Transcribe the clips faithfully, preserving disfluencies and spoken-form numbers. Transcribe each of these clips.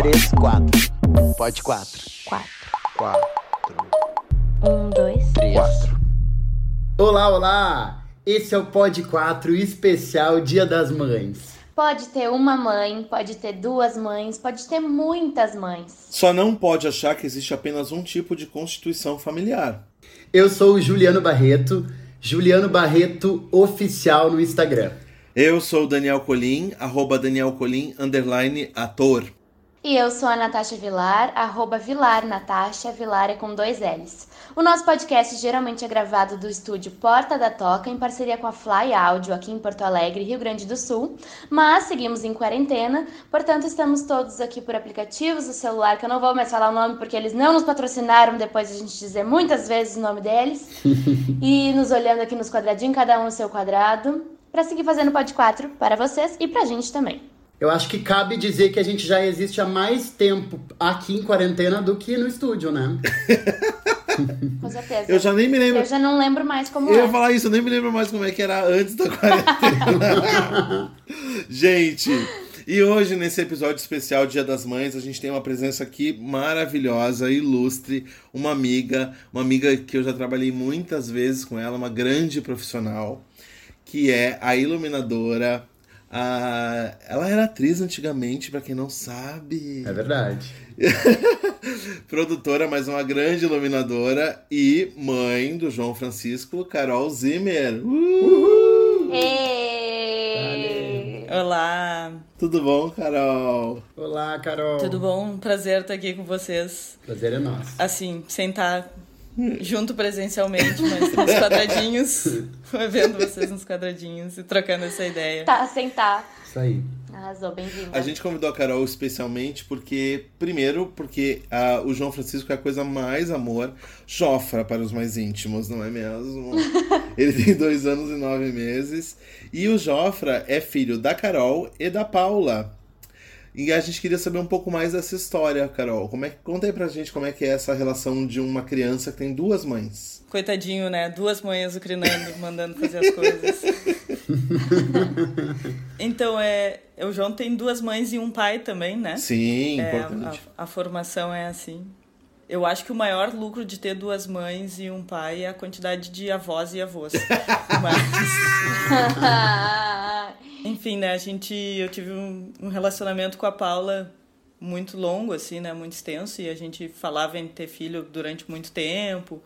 três, quatro. Pode quatro. Quatro. Quatro. Um, dois, Três. Quatro. Olá, olá! Esse é o Pod quatro especial Dia das Mães. Pode ter uma mãe, pode ter duas mães, pode ter muitas mães. Só não pode achar que existe apenas um tipo de constituição familiar. Eu sou o Juliano Barreto, Juliano Barreto Oficial no Instagram. Eu sou o Daniel Colim, arroba Daniel Colim, underline ator. E eu sou a Natasha Vilar, arroba Vilar Natasha, Vilar é com dois L's. O nosso podcast geralmente é gravado do estúdio Porta da Toca, em parceria com a Fly Áudio, aqui em Porto Alegre, Rio Grande do Sul. Mas seguimos em quarentena, portanto estamos todos aqui por aplicativos do celular, que eu não vou mais falar o nome porque eles não nos patrocinaram, depois de a gente dizer muitas vezes o nome deles. E nos olhando aqui nos quadradinhos, cada um no seu quadrado, para seguir fazendo Pod quatro para vocês e pra gente também. Eu acho que cabe dizer que a gente já existe há mais tempo aqui em quarentena do que no estúdio, né? Com certeza. Eu já nem me lembro. Eu já não lembro mais como Eu é. ia falar isso, eu nem me lembro mais como é que era antes da quarentena. Gente, e hoje nesse episódio especial Dia das Mães, a gente tem uma presença aqui maravilhosa, ilustre, uma amiga, uma amiga que eu já trabalhei muitas vezes com ela, uma grande profissional, que é a iluminadora. Ah, ela era atriz antigamente, pra quem não sabe. É verdade. Produtora, mas uma grande iluminadora e mãe do João Francisco, Carol Zimmer. Uhul! Ei! Olá, Tudo bom, Carol? Olá, Carol. tudo bom? Prazer estar aqui com vocês. Prazer é nosso. Assim, sem estar junto presencialmente, mas nos quadradinhos, vendo vocês nos quadradinhos e trocando essa ideia. Tá, sentar. Isso aí. Arrasou, bem-vinda. A gente convidou a Carol especialmente porque, primeiro, porque ah, o João Francisco é a coisa mais amor, Jofra para os mais íntimos, não é mesmo? Ele tem dois anos e nove meses e o Jofra é filho da Carol e da Paula. E a gente queria saber um pouco mais dessa história, Carol. Como é que, conta aí pra gente como é que é essa relação de uma criança que tem duas mães. Coitadinho, né? Duas mães azucrinando, mandando fazer as coisas. Então, é, o João tem duas mães e um pai também, né? Sim, É, importante. a, a formação é assim. Eu acho que o maior lucro de ter duas mães e um pai é a quantidade de avós e avós. Mas... Enfim, né, a gente, eu tive um, um relacionamento com a Paula muito longo, assim, né, muito extenso, e a gente falava em ter filho durante muito tempo,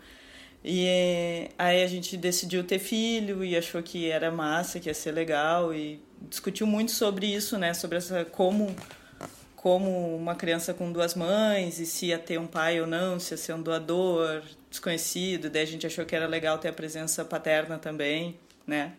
e aí a gente decidiu ter filho e achou que era massa, que ia ser legal, e discutiu muito sobre isso, né, sobre essa, como, como uma criança com duas mães, e se ia ter um pai ou não, se ia ser um doador desconhecido, daí a gente achou que era legal ter a presença paterna também, né.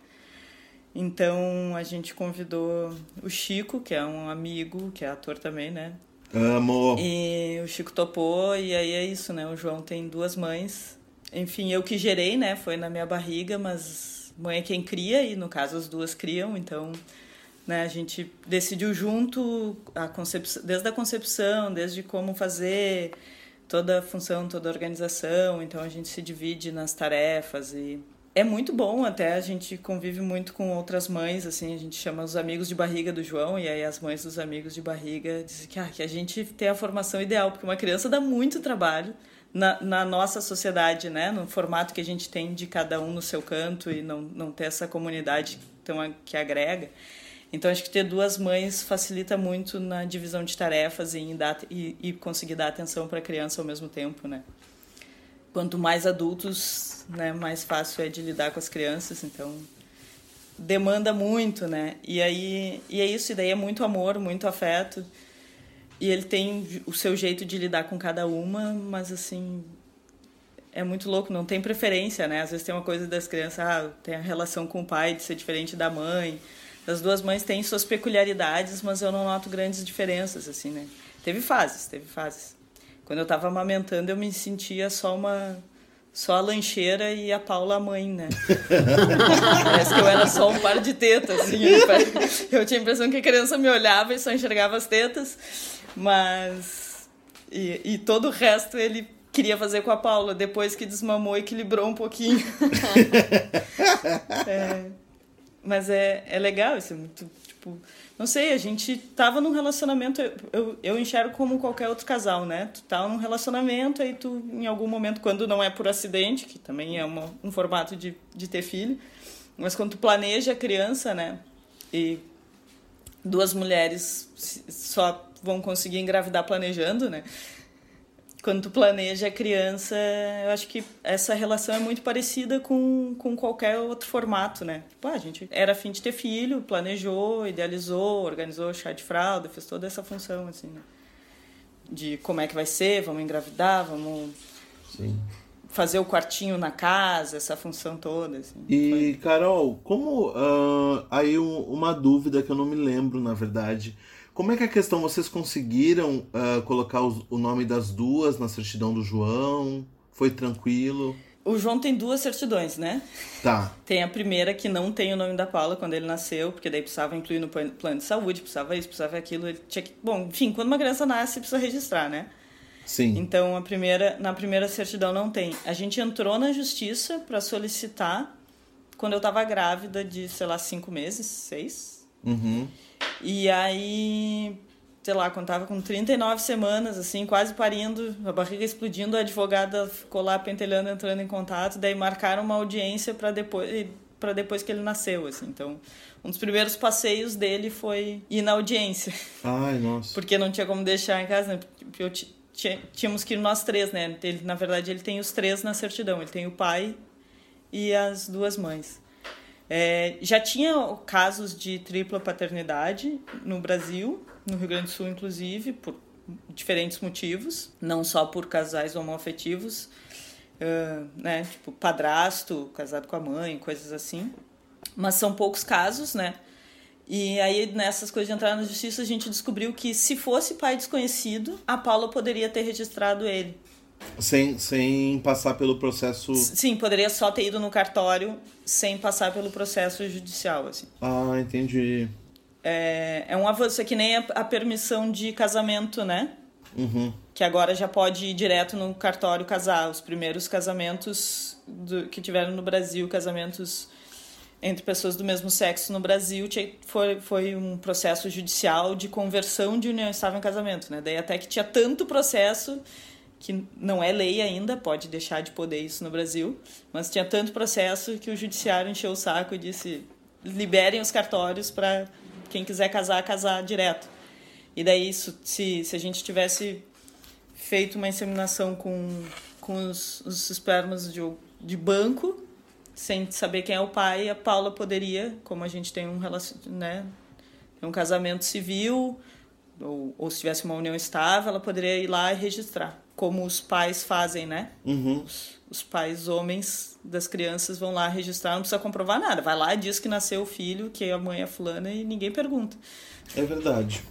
Então a gente convidou o Chico, que é um amigo, que é ator também, né? Amo! E o Chico topou, e aí é isso, né? O João tem duas mães. Enfim, eu que gerei, né? Foi na minha barriga, mas mãe é quem cria, e no caso as duas criam, então, né, a gente decidiu junto a concepção, desde a concepção, desde como fazer toda a função, toda a organização, então a gente se divide nas tarefas e... É muito bom, até a gente convive muito com outras mães, assim, a gente chama os amigos de barriga do João, e aí as mães dos amigos de barriga dizem que, ah, que a gente tem a formação ideal, porque uma criança dá muito trabalho na, na nossa sociedade, né, no formato que a gente tem de cada um no seu canto e não, não ter essa comunidade tão, que agrega. Então acho que ter duas mães facilita muito na divisão de tarefas e, em dar, e, e conseguir dar atenção para a criança ao mesmo tempo, né. Quanto mais adultos, né, mais fácil é de lidar com as crianças, então demanda muito, né? E aí e é isso, e daí é muito amor, muito afeto. E ele tem o seu jeito de lidar com cada uma, mas assim, é muito louco, não tem preferência, né? Às vezes tem uma coisa das crianças, ah, tem a relação com o pai de ser diferente da mãe. As duas mães têm suas peculiaridades, mas eu não noto grandes diferenças, assim, né? Teve fases, teve fases. Quando eu tava amamentando, eu me sentia só uma... Só a lancheira e a Paula a mãe, né? Parece que eu era só um par de tetas, assim. Eu tinha a impressão que a criança me olhava e só enxergava as tetas. Mas... E, e todo o resto ele queria fazer com a Paula. Depois que desmamou, equilibrou um pouquinho. É, mas é, é legal, isso é muito... Tipo, não sei, a gente tava num relacionamento, eu, eu enxergo como qualquer outro casal, né? Tu tá num relacionamento, aí tu, em algum momento, quando não é por acidente, que também é uma, um formato de, de ter filho, mas quando tu planeja a criança, né? E duas mulheres só vão conseguir engravidar planejando, né? Quando tu planeja a criança, eu acho que essa relação é muito parecida com, com qualquer outro formato, né? Tipo, ah, a gente era a fim de ter filho, planejou, idealizou, organizou chá de fralda, fez toda essa função, assim, né? De como é que vai ser, vamos engravidar, vamos Sim. fazer o quartinho na casa, essa função toda, assim. E, Foi... Carol, como... Uh, aí um, uma dúvida que eu não me lembro, na verdade... Como é que é a questão? Vocês conseguiram uh, colocar os, o nome das duas na certidão do João? Foi tranquilo? O João tem duas certidões, né? Tá. Tem a primeira que não tem o nome da Paula quando ele nasceu, porque daí precisava incluir no plano de saúde, precisava isso, precisava aquilo. Ele tinha que... Bom, enfim, quando uma criança nasce, precisa registrar, né? Sim. Então, a primeira, na primeira certidão não tem. A gente entrou na justiça para solicitar quando eu estava grávida de, sei lá, cinco meses, seis. Uhum. E aí, sei lá, quando tava com trinta e nove semanas, assim, quase parindo, a barriga explodindo, a advogada ficou lá pentelhando, entrando em contato, daí marcaram uma audiência para depois, para depois que ele nasceu, assim. Então, um dos primeiros passeios dele foi ir na audiência. Ai, nossa. Porque não tinha como deixar em casa, né? Eu t- t- tínhamos que ir nós três, né? Ele, na verdade, ele tem os três na certidão. Ele tem o pai e as duas mães. É, já tinha casos de tripla paternidade no Brasil, no Rio Grande do Sul, inclusive, por diferentes motivos, não só por casais homoafetivos, uh, né, tipo padrasto, casado com a mãe, coisas assim, mas são poucos casos, né? E aí, nessas coisas de entrar na justiça, a gente descobriu que, se fosse pai desconhecido, a Paula poderia ter registrado ele. Sem, sem passar pelo processo... Sim, poderia só ter ido no cartório sem passar pelo processo judicial, assim. Ah, entendi. É, é um avanço, é que nem a, a permissão de casamento, né? Uhum. Que agora já pode ir direto no cartório casar. Os primeiros casamentos do, que tiveram no Brasil, casamentos entre pessoas do mesmo sexo no Brasil, tinha, foi, foi um processo judicial de conversão de união estável em casamento, né? Daí até que tinha tanto processo... que não é lei ainda, pode deixar de poder isso no Brasil, mas tinha tanto processo que o judiciário encheu o saco e disse, liberem os cartórios para quem quiser casar, casar direto. E daí, isso, se, se a gente tivesse feito uma inseminação com, com os, os espermas de, de banco, sem saber quem é o pai, a Paula poderia, como a gente tem um, né, um casamento civil, ou, ou se tivesse uma união estável, ela poderia ir lá e registrar. Como os pais fazem, né? Uhum. Os, os pais homens das crianças vão lá registrar, não precisa comprovar nada. Vai lá, diz que nasceu o filho, que a mãe é fulana e ninguém pergunta. É verdade.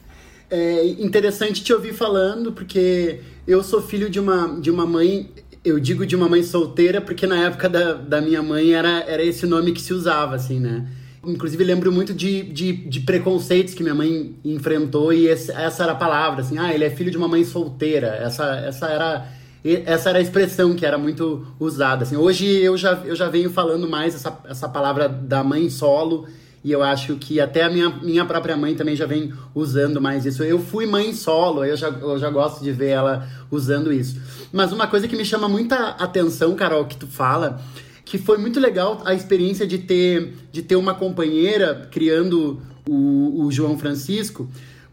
É interessante te ouvir falando, porque eu sou filho de uma, de uma mãe, eu digo de uma mãe solteira, porque na época da, da minha mãe era, era esse nome que se usava, assim, né? Inclusive, lembro muito de, de, de preconceitos que minha mãe enfrentou, e esse, essa era a palavra, assim, ah, ele é filho de uma mãe solteira. Essa, essa, era, essa era a expressão que era muito usada, assim. Hoje eu já, eu já venho falando mais essa, essa palavra da mãe solo, e eu acho que até a minha, minha própria mãe também já vem usando mais isso. Eu fui mãe solo, eu já, eu já gosto de ver ela usando isso. Mas uma coisa que me chama muita atenção, Carol, que tu fala... que foi muito legal a experiência de ter, de ter uma companheira criando o, o João Francisco,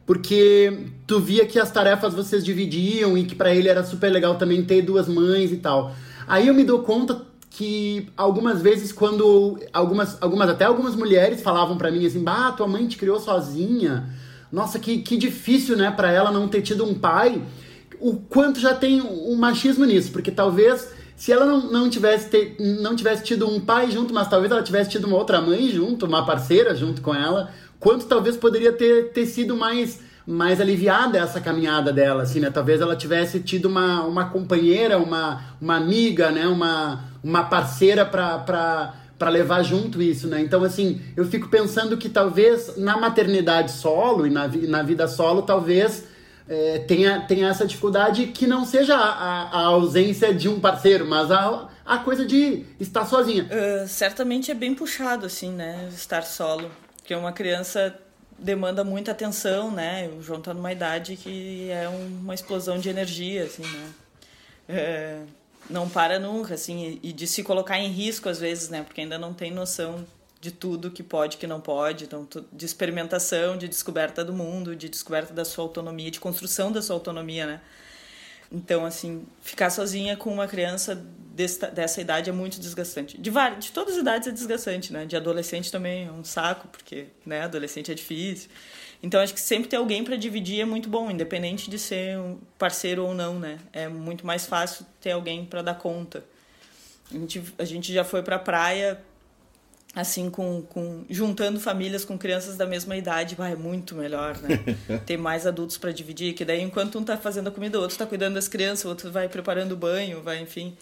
porque tu via que as tarefas vocês dividiam e que pra ele era super legal também ter duas mães e tal. Aí eu me dou conta que algumas vezes quando algumas, algumas até algumas mulheres falavam pra mim assim, bah, tua mãe te criou sozinha, nossa, que, que difícil, né, pra ela não ter tido um pai. O quanto já tem um machismo nisso, porque talvez... se ela não, não, tivesse ter, não tivesse tido um pai junto, mas talvez ela tivesse tido uma outra mãe junto, uma parceira junto com ela, quanto talvez poderia ter, ter sido mais, mais aliviada essa caminhada dela, assim, né? Talvez ela tivesse tido uma, uma companheira, uma, uma amiga, né? Uma, uma parceira pra, pra, pra levar junto isso, né? Então, assim, eu fico pensando que talvez na maternidade solo e na, na vida solo, talvez... É, tenha, tenha essa dificuldade que não seja a, a ausência de um parceiro, mas a, a coisa de estar sozinha. Uh, certamente é bem puxado, assim, né? Estar solo. Porque uma criança demanda muita atenção, né? O João tá numa idade que é uma explosão de energia, assim, né? É, não para nunca, assim, e de se colocar em risco às vezes, né? Porque ainda não tem noção de tudo que pode, que não pode, então, de experimentação, de descoberta do mundo, de descoberta da sua autonomia, de construção da sua autonomia, né? Então, assim, ficar sozinha com uma criança desta, dessa idade é muito desgastante. De, várias, de todas as idades é desgastante, né? De adolescente também é um saco, porque, né, adolescente é difícil. Então, acho que sempre ter alguém para dividir é muito bom, independente de ser um parceiro ou não, né? É muito mais fácil ter alguém para dar conta. A gente, a gente já foi pra praia, assim, com, com, juntando famílias com crianças da mesma idade, vai, é muito melhor, né? Ter mais adultos para dividir, que daí enquanto um tá fazendo a comida, o outro tá cuidando das crianças, o outro vai preparando o banho, vai, enfim.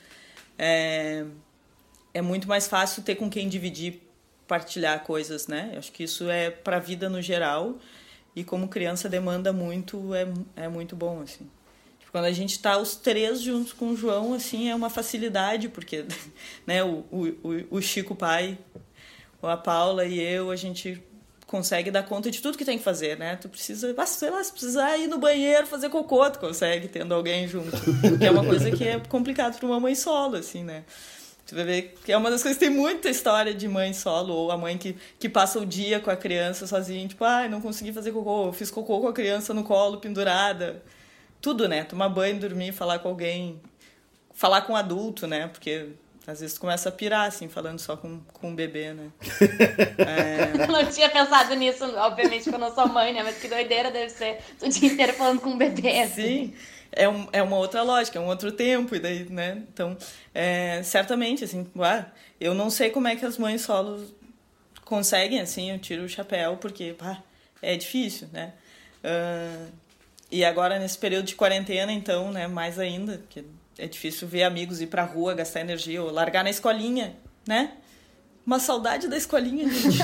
É, é muito mais fácil ter com quem dividir, partilhar coisas, né? Acho que isso é pra vida no geral, e como criança demanda muito, é, é muito bom, assim. Quando a gente tá os três juntos com o João, assim, é uma facilidade, porque, né, o, o, o Chico pai, a Paula e eu, a gente consegue dar conta de tudo que tem que fazer, né? Tu precisa, sei lá, se precisar ir no banheiro fazer cocô, tu consegue, tendo alguém junto. Que é uma coisa que é complicado para uma mãe solo, assim, né? Tu vai ver que é uma das coisas que tem muita história de mãe solo, ou a mãe que, que passa o dia com a criança sozinha, tipo, ai, ah, não consegui fazer cocô, eu fiz cocô com a criança no colo, pendurada. Tudo, né? Tomar banho, dormir, falar com alguém, falar com um adulto, né? Porque às vezes tu começa a pirar, assim, falando só com, com um bebê, né? É... Eu não tinha pensado nisso, obviamente, que eu não sou mãe, né? Mas que doideira deve ser o dia inteiro falando com um bebê, assim. Sim, é, um, é uma outra lógica, é um outro tempo, e daí, né? Então, é, certamente, assim, ah, eu não sei como é que as mães solos conseguem, assim, eu tiro o chapéu, porque, pá, é difícil, né? Uh, e agora, nesse período de quarentena, então, né, mais ainda, porque é difícil ver amigos ir pra rua, gastar energia, ou largar na escolinha, né? Uma saudade da escolinha, gente.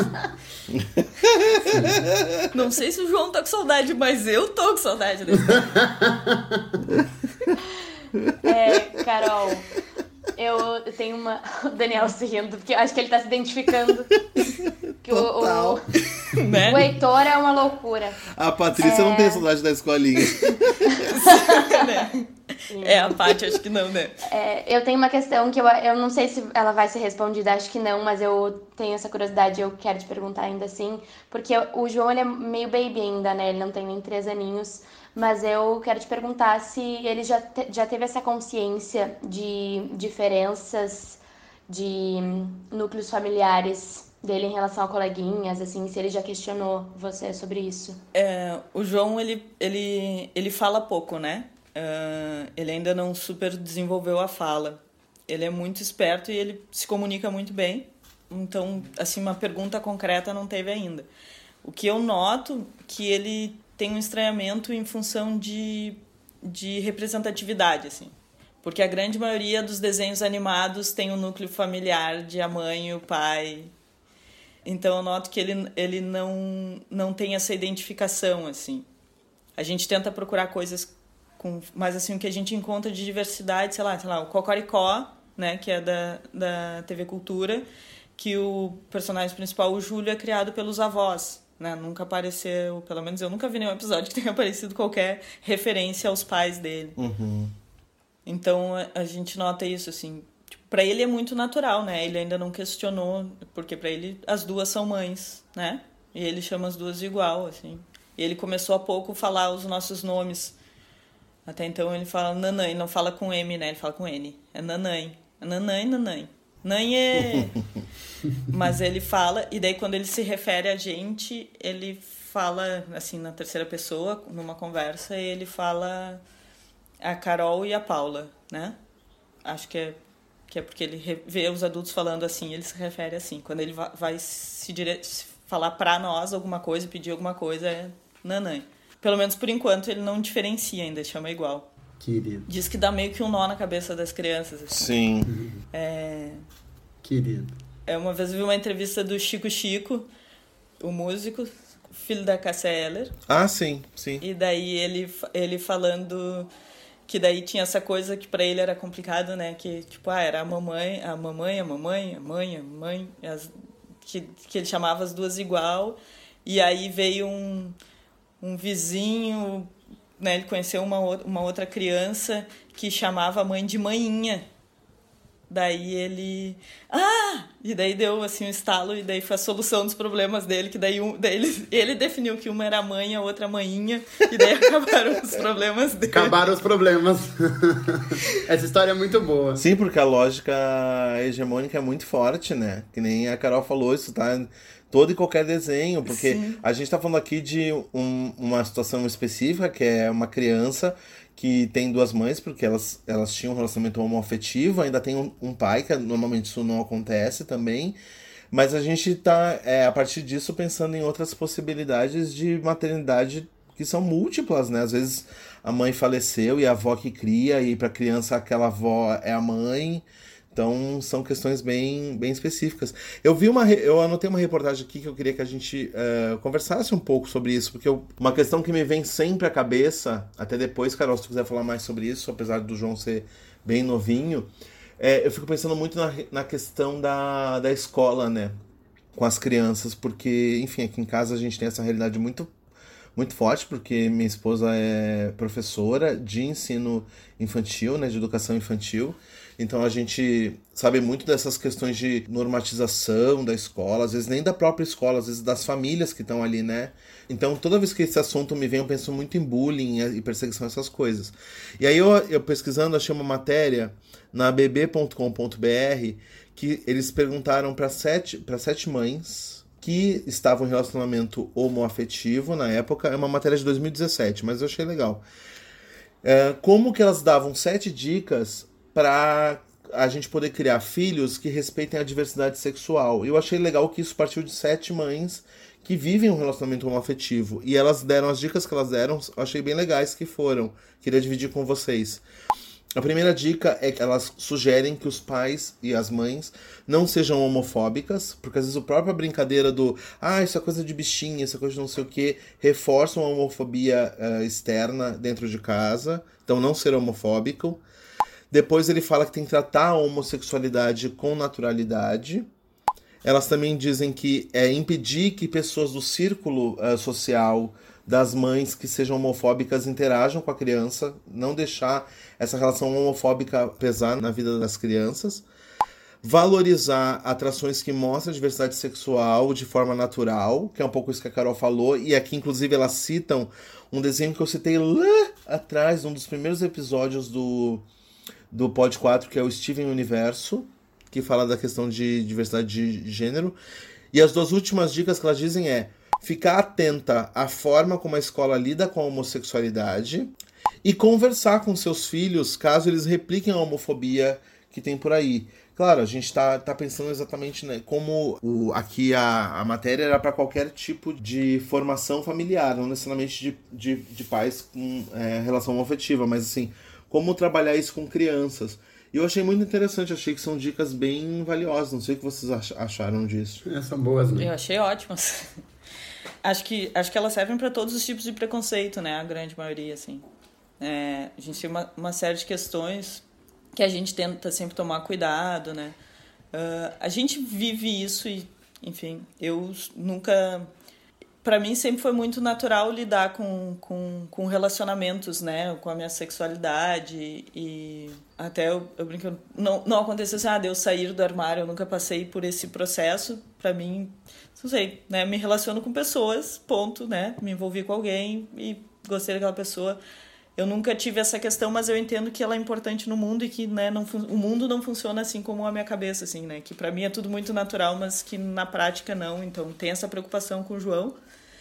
Não sei se o João tá com saudade, mas eu tô com saudade da escolinha. É, Carol, eu tenho uma... O Daniel se rindo, porque eu acho que ele tá se identificando. Que o, o, né? o Heitor é uma loucura. A Patrícia é... não tem saudade da escolinha. Né? É, a Paty, acho que não, né? É, eu tenho uma questão que eu, eu não sei se ela vai ser respondida, acho que não, mas eu tenho essa curiosidade, eu quero te perguntar ainda assim, porque o João, ele é meio baby ainda, né? Ele não tem nem três aninhos, mas eu quero te perguntar se ele já, te, já teve essa consciência de diferenças de núcleos familiares dele em relação a coleguinhas, assim, se ele já questionou você sobre isso. É, o João, ele, ele, ele fala pouco, né? Uh, ele ainda não super desenvolveu a fala. Ele é muito esperto e ele se comunica muito bem. Então, assim, uma pergunta concreta não teve ainda. O que eu noto é que ele tem um estranhamento em função de, de representatividade, assim. Porque a grande maioria dos desenhos animados tem um núcleo familiar de a mãe e o pai. Então, eu noto que ele, ele não, não tem essa identificação, assim. A gente tenta procurar coisas... Com, mas assim, o que a gente encontra de diversidade, sei lá, sei lá, o Cocoricó, né, que é da, da T V Cultura, que o personagem principal, o Júlio, é criado pelos avós, né, nunca apareceu, pelo menos eu nunca vi nenhum episódio que tenha aparecido qualquer referência aos pais dele. Uhum. Então, a, a gente nota isso, assim, tipo, pra ele é muito natural, né, ele ainda não questionou, porque pra ele as duas são mães, né, e ele chama as duas igual, assim, e ele começou há pouco a falar os nossos nomes. Até então ele fala nanãe, não fala com M, né? Ele fala com N. É nanãe. É nanãe, nanãe. Nanhê! Mas ele fala, e daí quando ele se refere a gente, ele fala, assim, na terceira pessoa, numa conversa, e ele fala a Carol e a Paula, né? Acho que é, que é porque ele vê os adultos falando assim, ele se refere assim. Quando ele vai se dire... falar pra nós alguma coisa, pedir alguma coisa, é nanãe. Pelo menos por enquanto ele não diferencia ainda, chama igual. Querido. Diz que dá meio que um nó na cabeça das crianças. Assim. Sim. É... Querido. É, uma vez eu vi uma entrevista do Chico Chico, o músico, filho da Cássia Eller. Ah, sim, sim. E daí ele, ele falando que daí tinha essa coisa que pra ele era complicado, né? Que tipo, ah, era a mamãe, a mamãe, a mamãe, a mãe, a mãe, as, que, que ele chamava as duas igual. E aí veio um, um vizinho, né, ele conheceu uma, uma outra criança que chamava a mãe de manhinha. Daí ele... Ah! E daí deu assim um estalo, e daí foi a solução dos problemas dele, que daí, um, daí ele, ele definiu que uma era mãe, a outra manhinha, e daí acabaram os problemas dele. Acabaram os problemas. Essa história é muito boa. Sim, porque a lógica hegemônica é muito forte, né? Que nem a Carol falou, isso tá... todo e qualquer desenho, porque Sim. a gente tá falando aqui de um, uma situação específica, que é uma criança que tem duas mães, porque elas, elas tinham um relacionamento homoafetivo, ainda tem um, um pai, que normalmente isso não acontece também, mas a gente tá, é, a partir disso, pensando em outras possibilidades de maternidade que são múltiplas, né? Às vezes a mãe faleceu e a avó que cria, e pra criança aquela avó é a mãe. Então, são questões bem, bem específicas. Eu vi uma, eu anotei uma reportagem aqui que eu queria que a gente uh, conversasse um pouco sobre isso, porque eu, uma questão que me vem sempre à cabeça, até depois, Carol, se tu quiser falar mais sobre isso, apesar do João ser bem novinho, é, eu fico pensando muito na, na questão da, da escola, né, com as crianças, porque, enfim, aqui em casa a gente tem essa realidade muito muito forte, porque minha esposa é professora de ensino infantil, né, de educação infantil. Então a gente sabe muito dessas questões de normatização da escola, às vezes nem da própria escola, às vezes das famílias que estão ali, né? Então toda vez que esse assunto me vem, eu penso muito em bullying e perseguição, essas coisas. E aí eu, eu pesquisando, achei uma matéria na b b ponto com ponto b r que eles perguntaram para sete, para sete mães que estavam em relacionamento homoafetivo na época. É uma matéria de dois mil e dezessete, mas eu achei legal. É, como que elas davam sete dicas para a gente poder criar filhos que respeitem a diversidade sexual. Eu achei legal que isso partiu de sete mães que vivem um relacionamento homoafetivo. E elas deram as dicas que elas deram, eu achei bem legais que foram. Queria dividir com vocês. A primeira dica é que elas sugerem que os pais e as mães não sejam homofóbicas, porque às vezes a própria brincadeira do ah, isso é coisa de bichinha, isso é coisa de não sei o que, reforçam a homofobia uh, externa dentro de casa. Então não ser homofóbico. Depois ele fala que tem que tratar a homossexualidade com naturalidade. Elas também dizem que é impedir que pessoas do círculo uh, social das mães que sejam homofóbicas interajam com a criança, não deixar essa relação homofóbica pesar na vida das crianças. Valorizar atrações que mostram a diversidade sexual de forma natural, que é um pouco isso que a Carol falou, e aqui inclusive elas citam um desenho que eu citei lá atrás, um dos primeiros episódios do, do Pod quatro, que é o Steven Universo, que fala da questão de diversidade de gênero. E as duas últimas dicas que elas dizem é ficar atenta à forma como a escola lida com a homossexualidade e conversar com seus filhos caso eles repliquem a homofobia que tem por aí. Claro, a gente está tá pensando exatamente, né, como o, aqui a, a matéria era para qualquer tipo de formação familiar, não necessariamente de, de, de pais com é, relação afetiva, mas assim, como trabalhar isso com crianças. E eu achei muito interessante, achei que são dicas bem valiosas, não sei o que vocês acharam disso. É, são boas, né? Eu achei ótimas. Acho que, acho que elas servem para todos os tipos de preconceito, né? A grande maioria, assim. É, a gente tem uma, uma série de questões que a gente tenta sempre tomar cuidado, né? Uh, a gente vive isso e, enfim, eu nunca... Para mim sempre foi muito natural lidar com, com, com relacionamentos, né? Com a minha sexualidade e até eu, eu brinco... Não, não aconteceu assim, ah, de eu sair do armário, eu nunca passei por esse processo. Para mim... Não sei, né? Me relaciono com pessoas, ponto, né? Me envolvi com alguém e gostei daquela pessoa. Eu nunca tive essa questão, mas eu entendo que ela é importante no mundo e que, né, não, o mundo não funciona assim como a minha cabeça, assim, né? Que pra mim é tudo muito natural, mas que na prática não. Então tem essa preocupação com o João.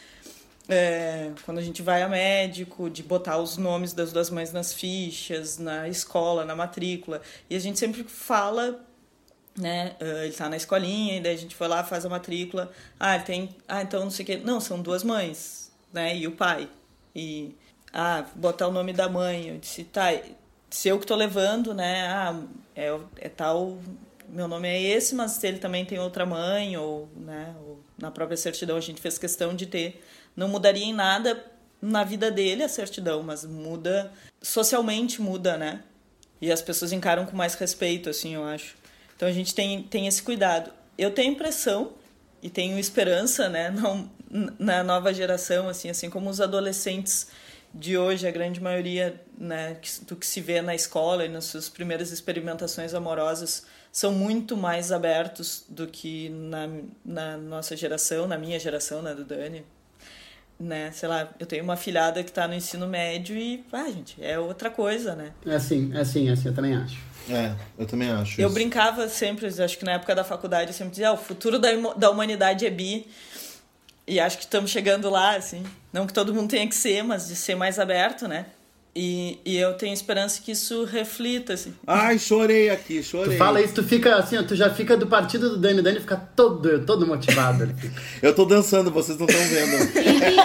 É, quando a gente vai a médico, de botar os nomes das duas mães nas fichas, na escola, na matrícula. E a gente sempre fala... Né? Uh, ele tá na escolinha, e daí a gente foi lá, faz a matrícula. Ah, ele tem. Ah, então não sei o que. Não, são duas mães, né? E o pai. E. Ah, botar o nome da mãe. Eu disse, tá, se eu que tô levando, né? Ah, é, é tal. Meu nome é esse, mas se ele também tem outra mãe, ou, né? Ou na própria certidão a gente fez questão de ter. Não mudaria em nada na vida dele a certidão, mas muda. Socialmente muda, né? E as pessoas encaram com mais respeito, assim, eu acho. Então a gente tem, tem esse cuidado. Eu tenho impressão e tenho esperança, né? Não, na nova geração, assim, assim como os adolescentes de hoje, a grande maioria, né, do que se vê na escola e nas suas primeiras experimentações amorosas, são muito mais abertos do que na, na nossa geração, na minha geração, né, do Dani. Né, sei lá, eu tenho uma filhada que está no ensino médio e, ah, gente, é outra coisa, né? É assim, é assim, é assim, eu também acho. É, eu também acho Eu isso. brincava sempre, acho que na época da faculdade, eu sempre dizia, ah, o futuro da, da humanidade é bi. E acho que estamos chegando lá, assim. Não que todo mundo tenha que ser, mas de ser mais aberto, né? E, e eu tenho esperança que isso reflita, assim. Ai, chorei aqui, chorei. Tu fala isso, tu fica assim, ó, tu já fica do partido do Dani, o Dani fica todo, todo motivado. Ele fica. Eu tô dançando, vocês não estão vendo.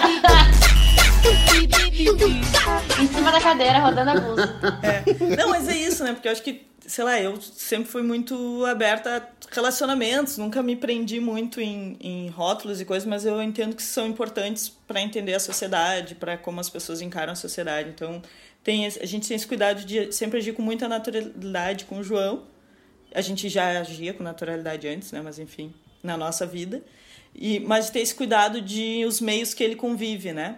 Em cima da cadeira, rodando a blusa. É. Não, mas é isso, né? Porque eu acho que, sei lá, eu sempre fui muito aberta a relacionamentos, nunca me prendi muito em, em rótulos e coisas, mas eu entendo que são importantes para entender a sociedade, para como as pessoas encaram a sociedade. Então, tem esse, a gente tem esse cuidado de sempre agir com muita naturalidade com o João. A gente já agia com naturalidade antes, né? Mas, enfim, na nossa vida. E, mas ter esse cuidado de os meios que ele convive, né?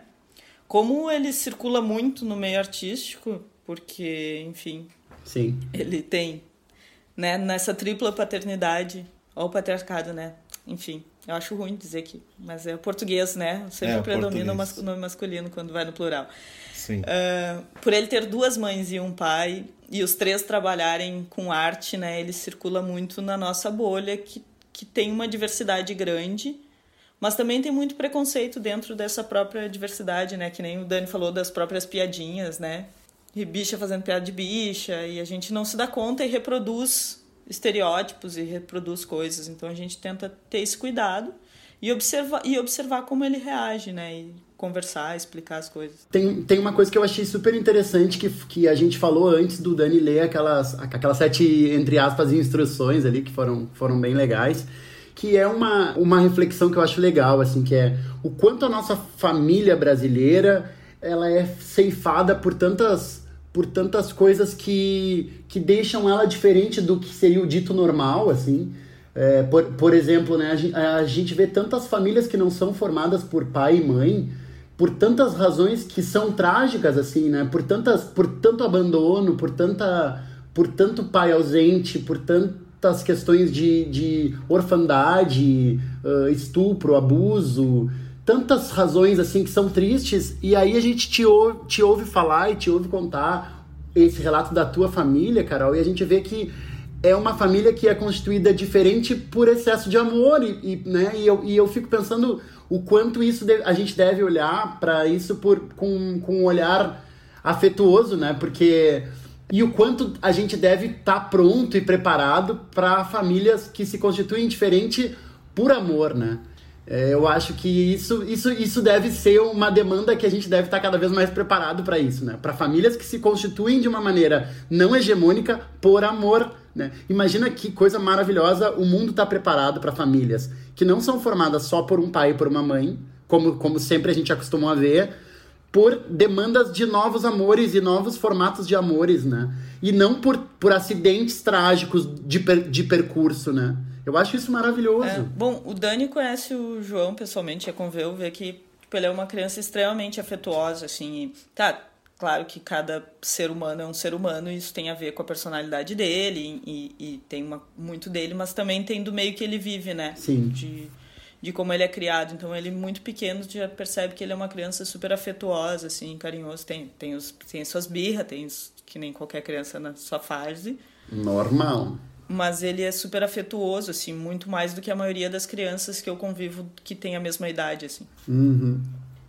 Como ele circula muito no meio artístico, porque, enfim... Sim. Ele tem, né, nessa tripla paternidade, ou patriarcado, né? Enfim, eu acho ruim dizer que, mas é português, né? Sempre É, predomina o português. mas- nome masculino quando vai no plural. Sim. Uh, por ele ter duas mães e um pai, e os três trabalharem com arte, né? Ele circula muito na nossa bolha, que, que tem uma diversidade grande, mas também tem muito preconceito dentro dessa própria diversidade, né? Que nem o Dani falou das próprias piadinhas, né? E bicha fazendo piada de bicha, e a gente não se dá conta e reproduz estereótipos e reproduz coisas. Então a gente tenta ter esse cuidado e observar, e observar como ele reage, né? E conversar, explicar as coisas. Tem, tem uma coisa que eu achei super interessante que, que a gente falou antes do Dani ler aquelas, aquelas sete, entre aspas, instruções ali, que foram, foram bem legais, que é uma, uma reflexão que eu acho legal, assim, que é o quanto a nossa família brasileira ela é ceifada por tantas, por tantas coisas que, que deixam ela diferente do que seria o dito normal, assim. É, por, por exemplo, né, a, gente, a gente vê tantas famílias que não são formadas por pai e mãe, por tantas razões que são trágicas, assim, né? Por, tantas, por tanto abandono, por, tanta, por tanto pai ausente, por tantas questões de, de orfandade, uh, estupro, abuso... Tantas razões, assim, que são tristes, e aí a gente te ouve, te ouve falar e te ouve contar esse relato da tua família, Carol, e a gente vê que é uma família que é constituída diferente por excesso de amor, e, e, né, e, eu, e eu fico pensando o quanto isso deve, a gente deve olhar para isso por, com, com um olhar afetuoso, né, porque... E o quanto a gente deve estar tá pronto e preparado para famílias que se constituem diferente por amor, né. É, eu acho que isso, isso, isso deve ser uma demanda que a gente deve estar cada vez mais preparado para isso, né? Para famílias que se constituem de uma maneira não hegemônica por amor, né? Imagina que coisa maravilhosa, o mundo está preparado para famílias que não são formadas só por um pai e por uma mãe, como, como sempre a gente acostumou a ver, por demandas de novos amores e novos formatos de amores, né? E não por, por acidentes trágicos de, per, de percurso, né? Eu acho isso maravilhoso. É, bom, o Dani conhece o João pessoalmente, é conveu, vê que tipo, ele é uma criança extremamente afetuosa, assim, e, tá, claro que cada ser humano é um ser humano, e isso tem a ver com a personalidade dele, e, e tem uma, muito dele, mas também tem do meio que ele vive, né? Sim. De, de como ele é criado, então ele muito pequeno já percebe que ele é uma criança super afetuosa, assim, carinhoso, tem, tem, os, tem as suas birras, tem os, que nem qualquer criança na sua fase. Normal. Mas ele é super afetuoso, assim, muito mais do que a maioria das crianças que eu convivo que tem a mesma idade, assim. Uhum.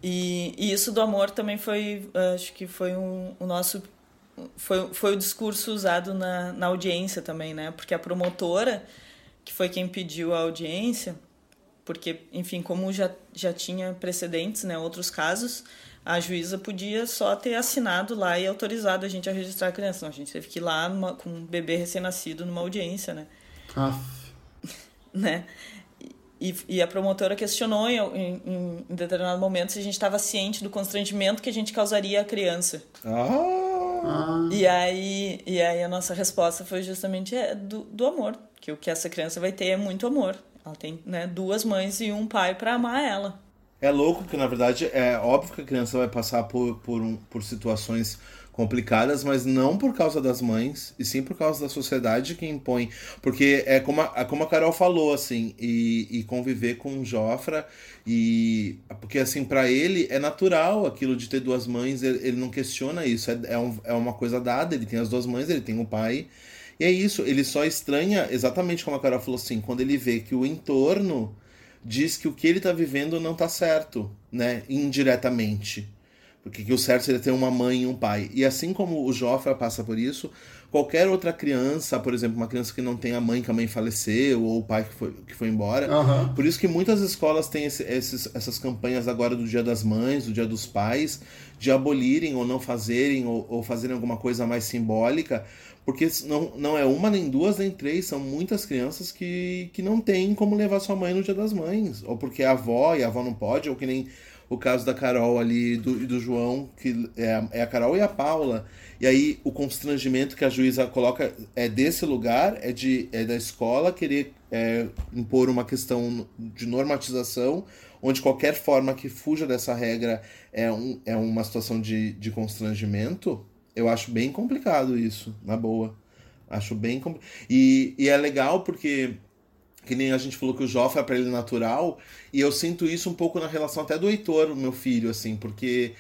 E, e isso do amor também foi, acho que foi um, o nosso... Foi, foi o discurso usado na, na audiência também, né? Porque a promotora, que foi quem pediu a audiência, porque, enfim, como já, já tinha precedentes, né, outros casos, a juíza podia só ter assinado lá e autorizado a gente a registrar a criança. Não, a gente teve que ir lá numa, com um bebê recém-nascido numa audiência, né? Aff. né? E, e a promotora questionou em, em, em determinado momento se a gente estava ciente do constrangimento que a gente causaria à criança. Ah. Ah. E, aí, e aí a nossa resposta foi justamente é, do, do amor, que o que essa criança vai ter é muito amor. Ela tem, né, duas mães e um pai para amar ela. É louco que, na verdade, é óbvio que a criança vai passar por, por, um, por situações complicadas, mas não por causa das mães, e sim por causa da sociedade que impõe. Porque é como a, como a Carol falou, assim, e, e conviver com o Jofra, e porque, assim, para ele é natural aquilo de ter duas mães, ele, ele não questiona isso, é, é, um, é uma coisa dada, ele tem as duas mães, ele tem o pai, e é isso, ele só estranha, exatamente como a Carol falou, assim, quando ele vê que o entorno diz que o que ele tá vivendo não tá certo, né, indiretamente. Porque que o certo seria ter uma mãe e um pai. E assim como o Jofra passa por isso, qualquer outra criança, por exemplo, uma criança que não tem a mãe, que a mãe faleceu, ou o pai que foi, que foi embora. Uhum. Por isso que muitas escolas têm esse, esses, essas campanhas agora do Dia das Mães, do Dia dos Pais, de abolirem ou não fazerem, ou, ou fazerem alguma coisa mais simbólica, porque não, não é uma, nem duas, nem três, são muitas crianças que, que não têm como levar sua mãe no Dia das Mães. Ou porque a avó, e a avó não pode, ou que nem o caso da Carol ali e do, do João, que é a, é a Carol e a Paula. E aí o constrangimento que a juíza coloca é desse lugar, é, de, é da escola querer é, impor uma questão de normatização, onde qualquer forma que fuja dessa regra é, um, é uma situação de, de constrangimento. Eu acho bem complicado isso, na boa. Acho bem complicado. E, e é legal porque, que nem a gente falou que o Jofra é pra ele natural, e eu sinto isso um pouco na relação até do Heitor, o meu filho, assim, porque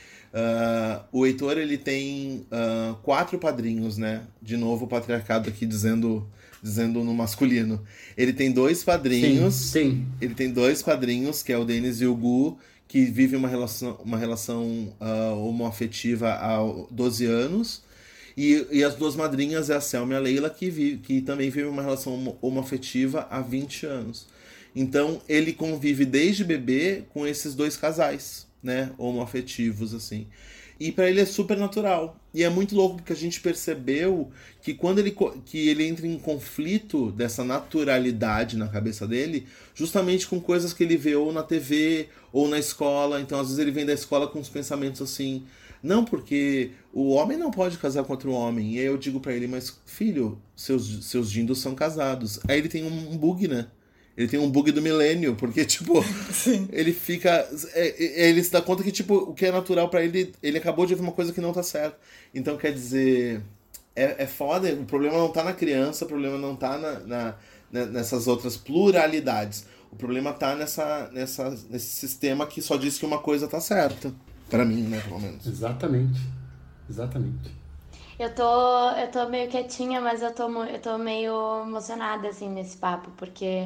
uh, o Heitor, ele tem uh, quatro padrinhos, né? De novo o patriarcado aqui dizendo, dizendo no masculino. Ele tem dois padrinhos. Sim, sim. Ele tem dois padrinhos, que é o Denis e o Gu, que vivem uma relação, uma relação uh, homoafetiva há doze anos. E, e as duas madrinhas é a Selma e a Leila, que, vive, que também vivem uma relação homoafetiva há vinte anos. Então, ele convive desde bebê com esses dois casais, né, homoafetivos, assim. E para ele é super natural. E é muito louco porque a gente percebeu que quando ele, que ele entra em conflito dessa naturalidade na cabeça dele, justamente com coisas que ele vê ou na T V ou na escola. Então, às vezes, ele vem da escola com uns pensamentos assim: não, porque o homem não pode casar com outro homem. E aí eu digo pra ele: mas filho, seus, seus dindos são casados. Aí ele tem um, um bug, né? Ele tem um bug do milênio, porque, tipo, sim, ele fica... É, ele se dá conta que, tipo, o que é natural pra ele, ele acabou de ouvir uma coisa que não tá certo. Então, quer dizer, é, é foda, o problema não tá na criança, o problema não tá na, na, nessas outras pluralidades. O problema tá nessa, nessa, nesse sistema que só diz que uma coisa tá certa. Pra mim, né, pelo menos. Exatamente. Exatamente. Eu tô, eu tô meio quietinha, mas eu tô, eu tô meio emocionada, assim, nesse papo, porque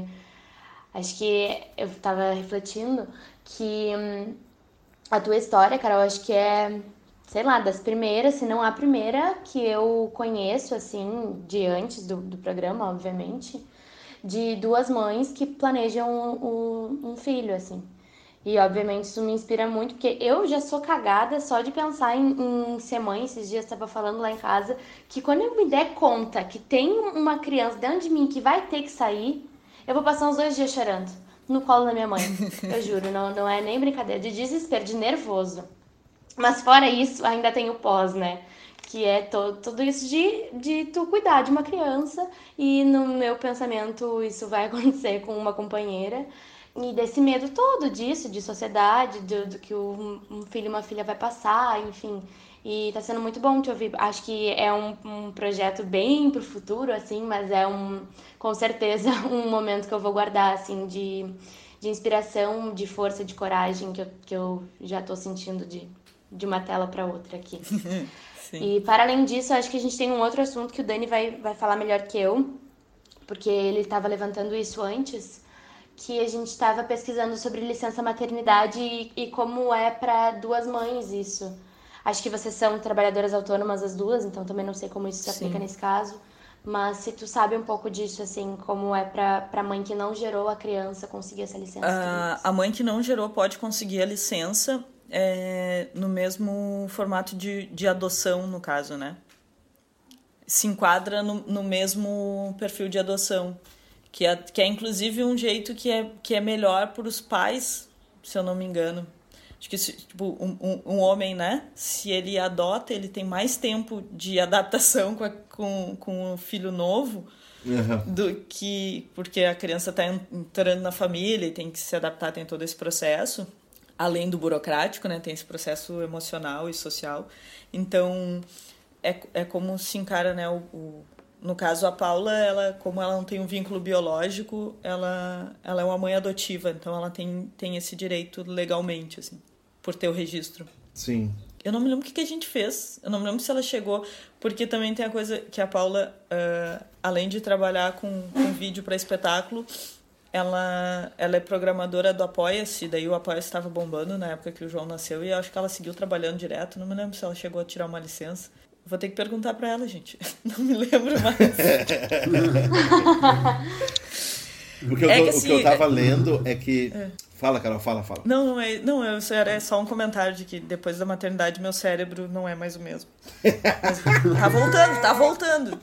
acho que eu tava refletindo que hum, a tua história, Carol, acho que é, sei lá, das primeiras, se não a primeira que eu conheço, assim, de antes do, do programa, obviamente, de duas mães que planejam um, um, um filho, assim. E, obviamente, isso me inspira muito, porque eu já sou cagada só de pensar em, em ser mãe. Esses dias eu estava falando lá em casa que quando eu me der conta que tem uma criança dentro de mim que vai ter que sair, eu vou passar uns dois dias chorando no colo da minha mãe. Eu juro, não, não é nem brincadeira, de desespero, de nervoso. Mas fora isso, ainda tem o pós, né? Que é to, tudo isso de, de tu cuidar de uma criança, e no meu pensamento isso vai acontecer com uma companheira. E desse medo todo disso, de sociedade, do, do que o, um filho e uma filha vai passar, enfim. E tá sendo muito bom te ouvir. Acho que é um, um projeto bem pro futuro, assim, mas é um, com certeza um momento que eu vou guardar, assim, de, de inspiração, de força, de coragem, que eu, que eu já tô sentindo de, de uma tela para outra aqui. Sim. E para além disso, acho que a gente tem um outro assunto que o Dani vai, vai falar melhor que eu, porque ele estava levantando isso antes, que a gente estava pesquisando sobre licença maternidade e, e como é para duas mães isso. Acho que vocês são trabalhadoras autônomas as duas, então também não sei como isso se aplica Sim. nesse caso. Mas se tu sabe um pouco disso, assim, como é para a mãe que não gerou a criança conseguir essa licença? A, a mãe que não gerou pode conseguir a licença é, no mesmo formato de, de adoção, no caso, né? Se enquadra no, no mesmo perfil de adoção. Que é, que é inclusive um jeito que é, que é melhor para os pais, se eu não me engano. Acho que tipo, um, um, um homem, né? Se ele adota, ele tem mais tempo de adaptação com, a, com, com o filho novo, uhum. do que porque a criança está entrando na família e tem que se adaptar, tem todo esse processo. além do burocrático, né? Tem esse processo emocional e social. Então, é, é como se encara, né? O, o, no caso, a Paula, ela, como ela não tem um vínculo biológico, ela, ela é uma mãe adotiva. Então, ela tem, tem esse direito legalmente, assim, por ter o registro. Sim. Eu não me lembro o que, que a gente fez. Eu não me lembro se ela chegou... Porque também tem a coisa que a Paula, uh, além de trabalhar com, com vídeo para espetáculo... Ela, ela é programadora do Apoia-se, daí o Apoia-se estava bombando na época que o João nasceu e eu acho que ela seguiu trabalhando direto, não me lembro se ela chegou a tirar uma licença. Vou ter que perguntar para ela, gente. Não me lembro mais. Porque eu, é tô, que, assim, o que eu tava lendo é que... É. Fala, Carol, fala, fala. Não, não é, não, é, é só um comentário de que depois da maternidade meu cérebro não é mais o mesmo. Mas tá voltando, tá voltando.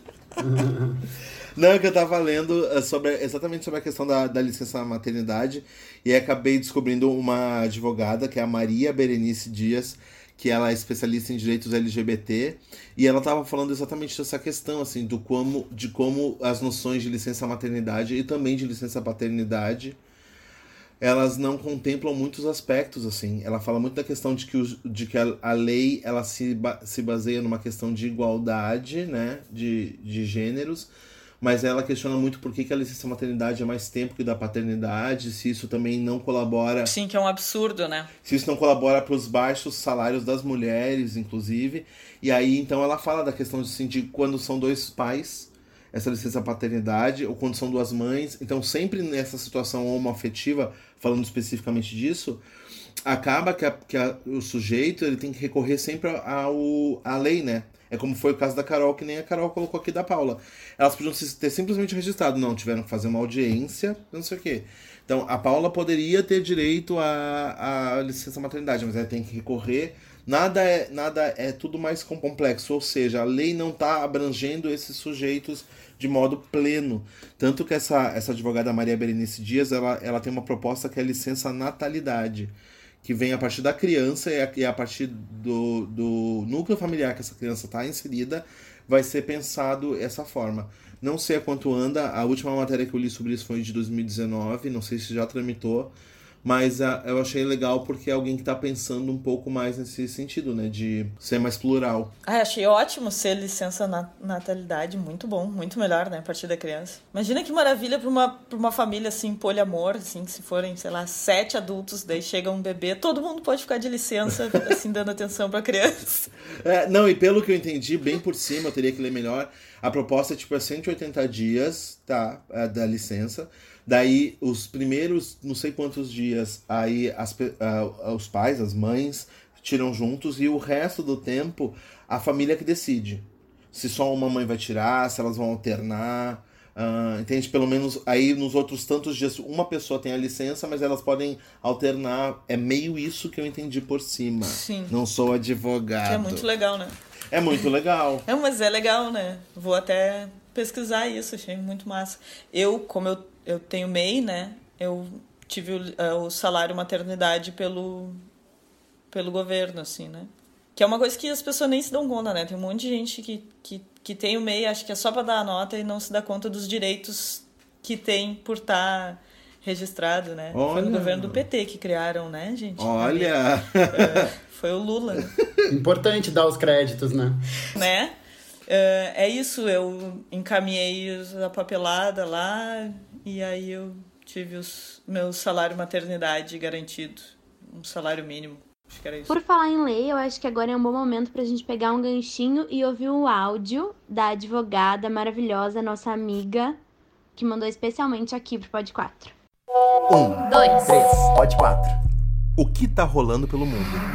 Não, que eu tava lendo sobre, exatamente sobre a questão da, da licença maternidade e acabei descobrindo uma advogada, que é a Maria Berenice Dias, que ela é especialista em direitos L G B T, e ela tava falando exatamente dessa questão, assim, do como, de como as noções de licença maternidade e também de licença paternidade, elas não contemplam muitos aspectos, assim. Ela fala muito da questão de que, os, de que a, a lei ela se, ba, se baseia numa questão de igualdade, né, de, de gêneros, mas ela questiona muito por que, que a licença maternidade é mais tempo que da paternidade, se isso também não colabora... Sim, que é um absurdo, né? Se isso não colabora para os baixos salários das mulheres, inclusive. E aí, então, ela fala da questão de, assim, de quando são dois pais, essa licença paternidade, ou quando são duas mães. Então, sempre nessa situação homoafetiva, falando especificamente disso, acaba que, a, que a, o sujeito ele tem que recorrer sempre ao, à lei, né? É como foi o caso da Carol, que nem a Carol colocou aqui da Paula. Elas podiam ter simplesmente registrado. Não, tiveram que fazer uma audiência, não sei o quê. Então, a Paula poderia ter direito à, à licença maternidade, mas ela tem que recorrer. Nada é, nada é tudo mais complexo. Ou seja, a lei não está abrangendo esses sujeitos de modo pleno. Tanto que essa, essa advogada Maria Berenice Dias, ela, ela tem uma proposta que é a licença natalidade, que vem a partir da criança e a, e a partir do, do núcleo familiar que essa criança está inserida, vai ser pensado essa forma. Não sei a quanto anda, a última matéria que eu li sobre isso foi de dois mil e dezenove, não sei se já tramitou, mas a, eu achei legal porque é alguém que está pensando um pouco mais nesse sentido, né, de ser mais plural. Ah, achei ótimo ser licença na natalidade, muito bom, muito melhor, né, a partir da criança. Imagina que maravilha para uma, pra uma família, assim, poliamor, assim, se forem, sei lá, sete adultos, daí chega um bebê, todo mundo pode ficar de licença, assim, dando atenção para a criança. É, não, e pelo que eu entendi, bem por cima, eu teria que ler melhor, a proposta é, tipo, é cento e oitenta dias, tá, é, da licença. Daí, os primeiros, não sei quantos dias, aí as, uh, os pais, as mães, tiram juntos e o resto do tempo, a família que decide. Se só uma mãe vai tirar, se elas vão alternar, uh, entende? Pelo menos aí nos outros tantos dias, uma pessoa tem a licença, mas elas podem alternar. É meio isso que eu entendi por cima. Sim. Não sou advogado. Que é muito legal, né? É muito legal. É, mas é legal, né? Vou até pesquisar isso, achei muito massa. Eu, como eu Eu tenho M E I, né? Eu tive o, uh, o salário maternidade pelo, pelo governo, assim, né? Que é uma coisa que as pessoas nem se dão conta, né? Tem um monte de gente que, que, que tem o M E I, acha que é só para dar a nota e não se dá conta dos direitos que tem por estar registrado, né? Olha. Foi no governo do P T que criaram, né, gente? Olha! Uh, foi o Lula. Importante dar os créditos, né? Né? Uh, é isso, eu encaminhei a papelada lá e aí eu tive o meu salário maternidade garantido, um salário mínimo, acho que era isso. Por falar em lei, eu acho que agora é um bom momento pra gente pegar um ganchinho e ouvir o áudio da advogada maravilhosa, nossa amiga, que mandou especialmente aqui pro Pod quatro. Um, Dois. três, Pod quatro. O que tá rolando pelo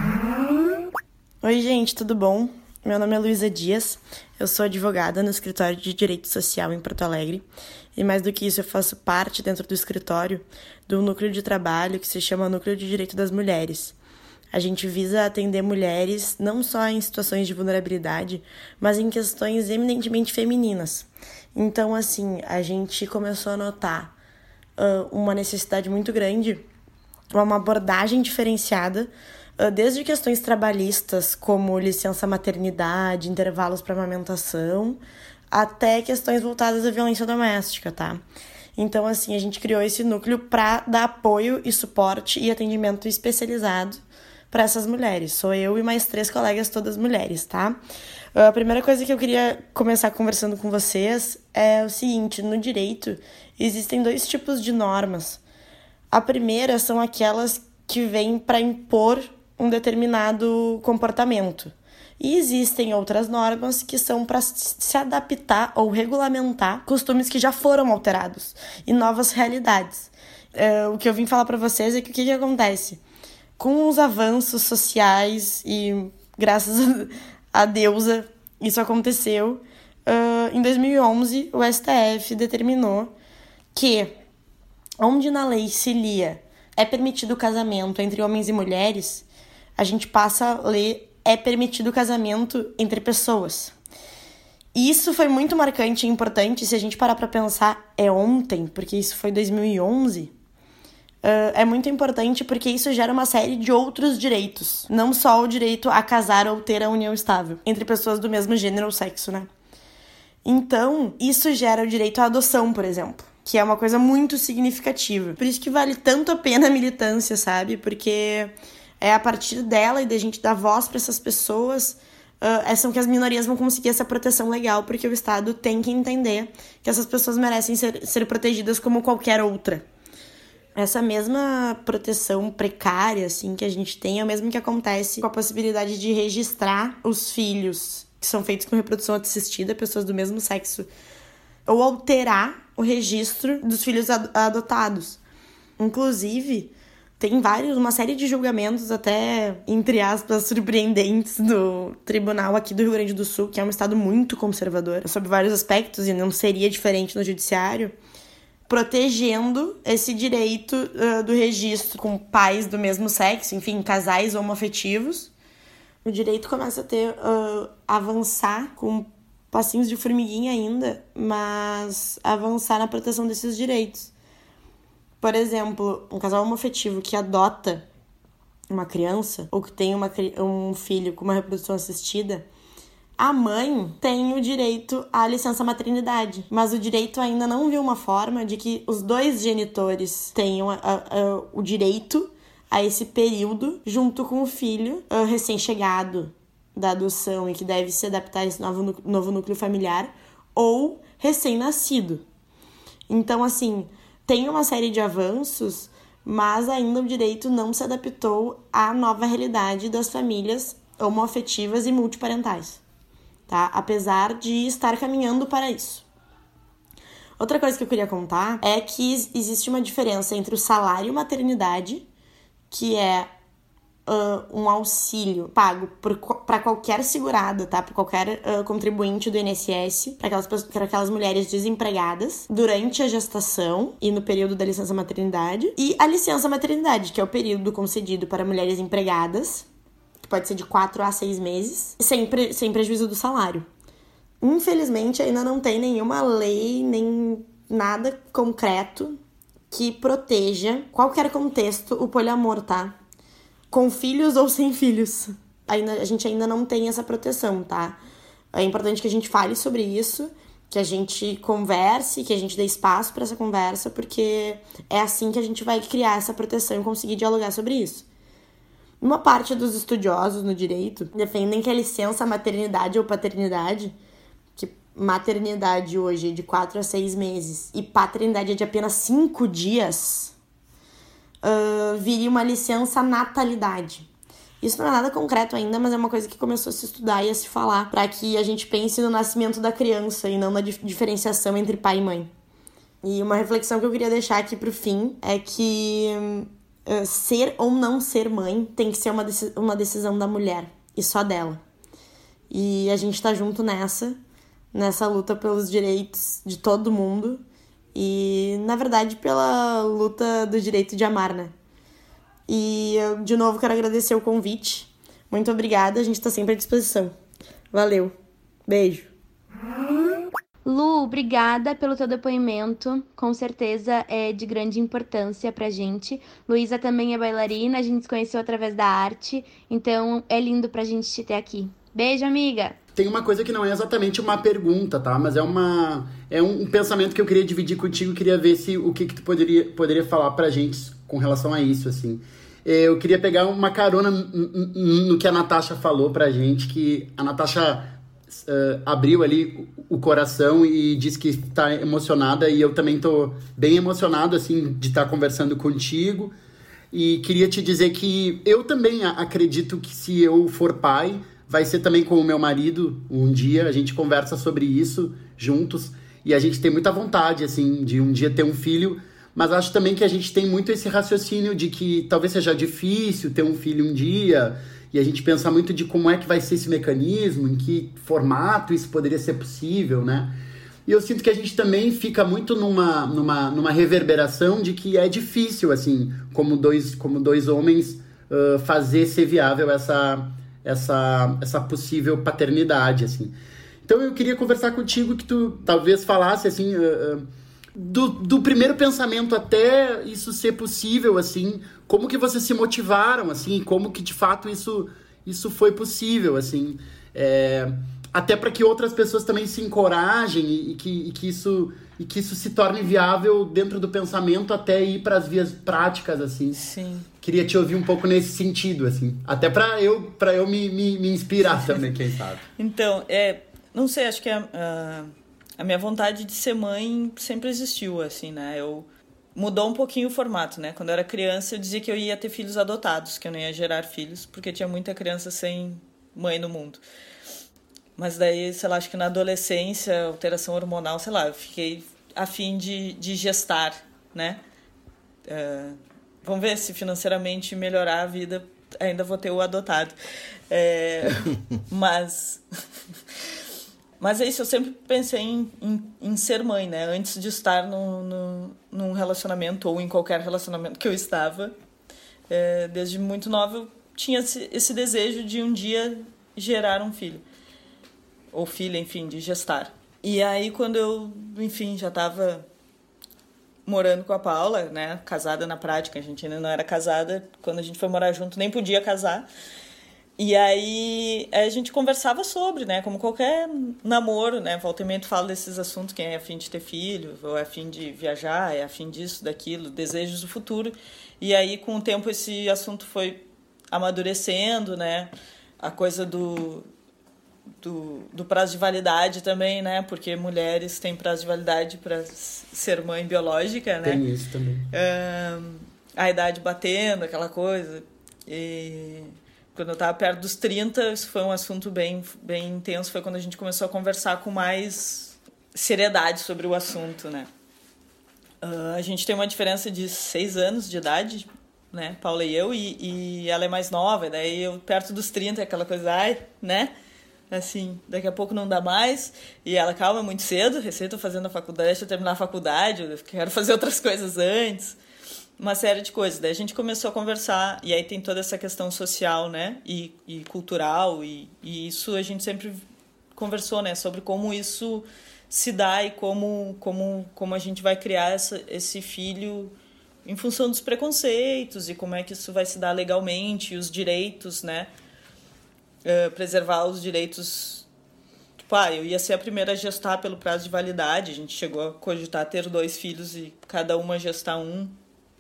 mundo? Oi, gente, tudo bom? Meu nome é Luísa Dias, eu sou advogada no escritório de Direito Social em Porto Alegre e mais do que isso eu faço parte dentro do escritório do núcleo de trabalho que se chama Núcleo de Direito das Mulheres. A gente visa atender mulheres não só em situações de vulnerabilidade, mas em questões eminentemente femininas. Então, assim, a gente começou a notar uh, uma necessidade muito grande, uma abordagem diferenciada, desde questões trabalhistas, como licença maternidade, intervalos para amamentação, até questões voltadas à violência doméstica, tá? Então, assim, a gente criou esse núcleo para dar apoio e suporte e atendimento especializado para essas mulheres. Sou eu e mais três colegas, todas mulheres, tá? A primeira coisa que eu queria começar conversando com vocês é o seguinte: no direito existem dois tipos de normas. A primeira são aquelas que vêm para impor um determinado comportamento. E existem outras normas que são para se adaptar ou regulamentar costumes que já foram alterados e novas realidades. É, o que eu vim falar para vocês é que o que, que acontece? Com os avanços sociais e graças a deusa isso aconteceu, uh, em dois mil e onze o S T F determinou que onde na lei se lia é permitido o casamento entre homens e mulheres, a gente passa a ler é permitido o casamento entre pessoas. E isso foi muito marcante e importante. Se a gente parar para pensar, é ontem, porque isso foi dois mil e onze. Uh, é muito importante porque isso gera uma série de outros direitos. Não só o direito a casar ou ter a união estável entre pessoas do mesmo gênero ou sexo, né? Então, isso gera o direito à adoção, por exemplo, que é uma coisa muito significativa. Por isso que vale tanto a pena a militância, sabe? Porque é a partir dela e da gente dar voz para essas pessoas, uh, são que as minorias vão conseguir essa proteção legal, porque o Estado tem que entender que essas pessoas merecem ser, ser protegidas como qualquer outra. Essa mesma proteção precária, assim, que a gente tem é o mesmo que acontece com a possibilidade de registrar os filhos que são feitos com reprodução assistida, pessoas do mesmo sexo, ou alterar o registro dos filhos ad- adotados. Inclusive, tem vários, uma série de julgamentos até, entre aspas, surpreendentes do tribunal aqui do Rio Grande do Sul, que é um estado muito conservador, sobre vários aspectos, e não seria diferente no judiciário, protegendo esse direito uh, do registro com pais do mesmo sexo, enfim, casais homoafetivos. O direito começa a ter, uh, avançar com passinhos de formiguinha ainda, mas avançar na proteção desses direitos. Por exemplo, um casal homoafetivo que adota uma criança ou que tem uma, um filho com uma reprodução assistida, a mãe tem o direito à licença maternidade, mas o direito ainda não viu uma forma de que os dois genitores tenham a, a, a, o direito a esse período junto com o filho uh, recém-chegado da adoção e que deve se adaptar a esse novo, novo núcleo familiar, ou recém-nascido. Então, assim, tem uma série de avanços, mas ainda o direito não se adaptou à nova realidade das famílias homoafetivas e multiparentais, tá? Apesar de estar caminhando para isso. Outra coisa que eu queria contar é que existe uma diferença entre o salário maternidade, que é uh, um auxílio pago para qualquer segurada, tá? Para qualquer uh, contribuinte do I N S S, para aquelas, para aquelas mulheres desempregadas durante a gestação e no período da licença maternidade, e a licença maternidade, que é o período concedido para mulheres empregadas, que pode ser de quatro a seis meses, sem, pre, sem prejuízo do salário. Infelizmente, ainda não tem nenhuma lei, nem nada concreto que proteja qualquer contexto o poliamor, tá? Com filhos ou sem filhos. Ainda, a gente ainda não tem essa proteção, tá? É importante que a gente fale sobre isso, que a gente converse, que a gente dê espaço para essa conversa, porque é assim que a gente vai criar essa proteção e conseguir dialogar sobre isso. Uma parte dos estudiosos no direito defendem que a licença maternidade ou paternidade, que maternidade hoje é de quatro a seis meses e paternidade é de apenas cinco dias, uh, viria uma licença natalidade. Isso não é nada concreto ainda, mas é uma coisa que começou a se estudar e a se falar, para que a gente pense no nascimento da criança e não na dif- diferenciação entre pai e mãe. E uma reflexão que eu queria deixar aqui pro fim é que uh, ser ou não ser mãe tem que ser uma, deci- uma decisão da mulher, e só dela. E a gente tá junto nessa, nessa luta pelos direitos de todo mundo e, na verdade, pela luta do direito de amar, né? E eu, de novo, quero agradecer o convite. Muito obrigada, a gente tá sempre à disposição. Valeu. Beijo. Lu, obrigada pelo teu depoimento. Com certeza é de grande importância pra gente. Luísa também é bailarina, a gente se conheceu através da arte. Então é lindo pra gente te ter aqui. Beijo, amiga! tem uma coisa que não é exatamente uma pergunta, tá? Mas é, uma, é um, um pensamento que eu queria dividir contigo, queria ver se o que, que tu poderia, poderia falar pra gente com relação a isso, assim. Eu queria pegar uma carona no que a Natasha falou pra gente, que a Natasha uh, abriu ali o coração e disse que está emocionada, e eu também tô bem emocionado, assim, de estar conversando contigo. E queria te dizer que eu também acredito que se eu for pai, vai ser também com o meu marido um dia. A gente conversa sobre isso juntos e a gente tem muita vontade, assim, de um dia ter um filho. Mas acho também que a gente tem muito esse raciocínio de que talvez seja difícil ter um filho um dia. E a gente pensa muito de como é que vai ser esse mecanismo, em que formato isso poderia ser possível, né? E eu sinto que a gente também fica muito numa, numa, numa reverberação de que é difícil, assim, como dois, como dois homens, uh, fazer ser viável essa, essa, essa possível paternidade, assim. Então eu queria conversar contigo que tu talvez falasse, assim, uh, uh, do, do primeiro pensamento até isso ser possível, assim, como que vocês se motivaram, assim, como que de fato isso, isso foi possível, assim, é... até para que outras pessoas também se encorajem e, e, que, e, que isso, e que isso se torne viável dentro do pensamento até ir para as vias práticas, assim. Sim. Queria te ouvir um pouco nesse sentido, assim. Até para eu, pra eu me, me, me inspirar também, quem sabe. Então, é, não sei, acho que a, a, a minha vontade de ser mãe sempre existiu, assim, né? Eu... Mudou um pouquinho o formato, né? Quando eu era criança, eu dizia que eu ia ter filhos adotados, que eu não ia gerar filhos, porque tinha muita criança sem mãe no mundo. Mas daí, sei lá, acho que na adolescência, alteração hormonal, sei lá, eu fiquei a fim de, de gestar, né? Uh, vamos ver se financeiramente melhorar a vida, ainda vou ter o adotado. É, mas... Mas é isso, eu sempre pensei em, em, em ser mãe, né? Antes de estar no, no, num relacionamento ou em qualquer relacionamento que eu estava. É, desde muito nova eu tinha esse, esse desejo de um dia gerar um filho. Ou filha, enfim, de gestar. E aí quando eu, enfim, já estava morando com a Paula, né? Casada na prática, a gente ainda não era casada. Quando a gente foi morar junto nem podia casar. E aí a gente conversava sobre, né, como qualquer namoro, né, volta e meia tu fala desses assuntos, quem é a fim de ter filho, ou é a fim de viajar, é a fim disso, daquilo, desejos do futuro. E aí com o tempo esse assunto foi amadurecendo, né, a coisa do, do, do prazo de validade também, né, porque mulheres têm prazo de validade para ser mãe biológica, né. Tem isso também. Um, a idade batendo, aquela coisa, e... Quando eu estava perto dos trinta, isso foi um assunto bem, bem intenso. Foi quando a gente começou a conversar com mais seriedade sobre o assunto, né? Uh, a gente tem uma diferença de seis anos de idade, né? Paula e eu, e, e ela é mais nova. E daí eu, perto dos trinta, aquela coisa, ai, né? Assim, daqui a pouco não dá mais. E ela, calma, é muito cedo. Recém estou fazendo a faculdade, deixa eu terminar a faculdade. Eu quero fazer outras coisas antes. Uma série de coisas. Daí a gente começou a conversar, e aí tem toda essa questão social, né, e, e cultural, e, e isso a gente sempre conversou, né, sobre como isso se dá e como, como, como a gente vai criar essa, esse filho em função dos preconceitos, e como é que isso vai se dar legalmente, e os direitos, né, uh, preservar os direitos. Tipo, ah, eu ia ser a primeira a gestar pelo prazo de validade, a gente chegou a cogitar ter dois filhos e cada uma gestar um.